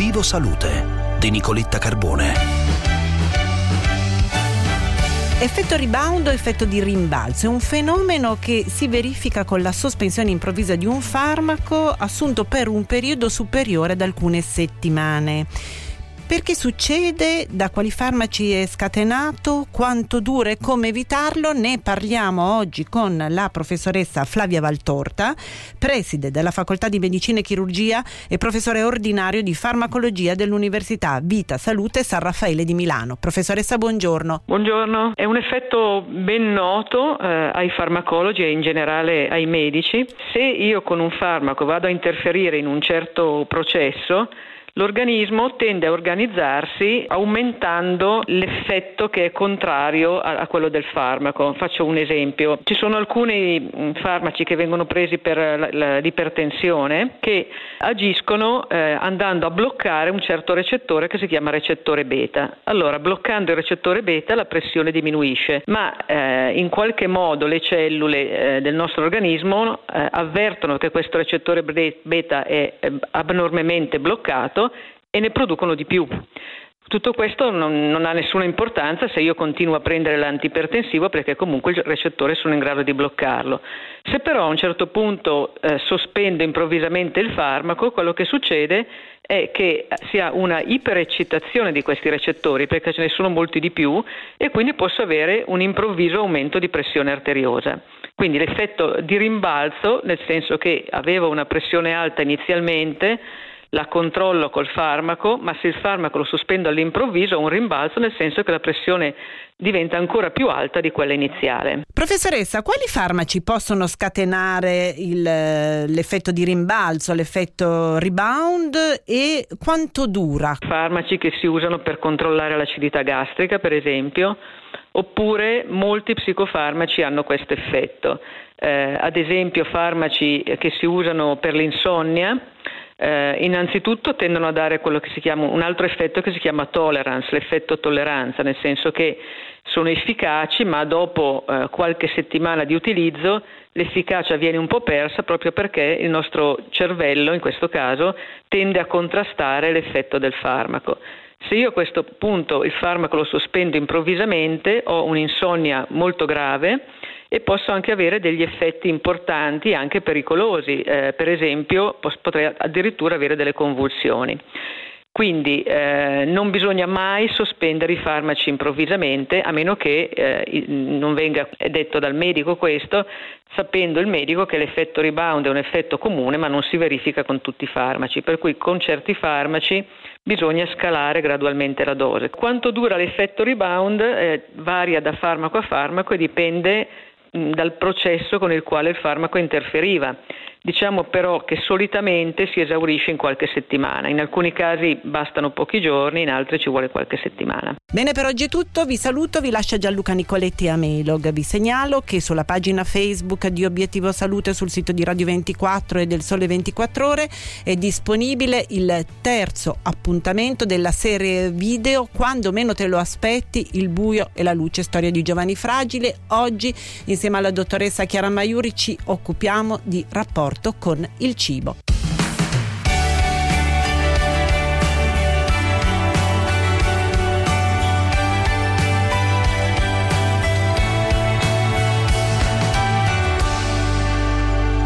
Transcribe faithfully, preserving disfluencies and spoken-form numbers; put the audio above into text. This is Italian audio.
Obiettivo Salute di Nicoletta Carbone. Effetto rebound o effetto di rimbalzo è un fenomeno che si verifica con la sospensione improvvisa di un farmaco assunto per un periodo superiore ad alcune settimane. Perché succede? Da quali farmaci è scatenato? Quanto dura e come evitarlo? Ne parliamo oggi con la professoressa Flavia Valtorta, preside della Facoltà di Medicina e Chirurgia e professore ordinario di farmacologia dell'Università Vita Salute San Raffaele di Milano. Professoressa, buongiorno. Buongiorno. È un effetto ben noto eh, ai farmacologi e in generale ai medici. Se io con un farmaco vado a interferire in un certo processo, l'organismo tende a organizzarsi aumentando l'effetto che è contrario a, a quello del farmaco. Faccio un esempio. Ci sono alcuni farmaci che vengono presi per la, la, l'ipertensione che agiscono eh, andando a bloccare un certo recettore che si chiama recettore beta. Allora, bloccando il recettore beta la pressione diminuisce, ma eh, in qualche modo le cellule eh, del nostro organismo eh, avvertono che questo recettore beta è eh, abnormemente bloccato e ne producono di più. Tutto questo non, non ha nessuna importanza se io continuo a prendere l'antipertensivo, perché comunque il recettore sono in grado di bloccarlo. Se però a un certo punto eh, sospendo improvvisamente il farmaco, quello che succede è che si ha una ipereccitazione di questi recettori, perché ce ne sono molti di più, e quindi posso avere un improvviso aumento di pressione arteriosa. Quindi l'effetto di rimbalzo, nel senso che avevo una pressione alta inizialmente, la controllo col farmaco, ma se il farmaco lo sospendo all'improvviso ho un rimbalzo, nel senso che la pressione diventa ancora più alta di quella iniziale. Professoressa, quali farmaci possono scatenare il, l'effetto di rimbalzo, l'effetto rebound, e quanto dura? Farmaci che si usano per controllare l'acidità gastrica, per esempio, oppure molti psicofarmaci hanno questo effetto. Eh, ad esempio farmaci che si usano per l'insonnia, Eh, innanzitutto tendono a dare quello che si chiama un altro effetto che si chiama tolerance, l'effetto tolleranza, nel senso che sono efficaci, ma dopo eh, qualche settimana di utilizzo l'efficacia viene un po' persa, proprio perché il nostro cervello, in questo caso, tende a contrastare l'effetto del farmaco. Se io a questo punto il farmaco lo sospendo improvvisamente, ho un'insonnia molto grave e posso anche avere degli effetti importanti, anche pericolosi. Eh, per esempio, potrei addirittura avere delle convulsioni. Quindi eh, non bisogna mai sospendere i farmaci improvvisamente, a meno che eh, non venga detto dal medico questo, sapendo il medico che l'effetto rebound è un effetto comune, ma non si verifica con tutti i farmaci, per cui con certi farmaci bisogna scalare gradualmente la dose. Quanto dura l'effetto rebound eh, varia da farmaco a farmaco e dipende mh, dal processo con il quale il farmaco interferiva. Diciamo però che solitamente si esaurisce in qualche settimana, in alcuni casi bastano pochi giorni, in altri ci vuole qualche settimana. Bene, per oggi è tutto, vi saluto, vi lascia Gianluca Nicoletti a Mailog. Vi segnalo che sulla pagina Facebook di Obiettivo Salute, sul sito di Radio ventiquattro e del Sole ventiquattro Ore, è disponibile il terzo appuntamento della serie video Quando meno te lo aspetti, il buio e la luce, storia di giovani fragili. Oggi insieme alla dottoressa Chiara Maiuri ci occupiamo di rapporto con il cibo.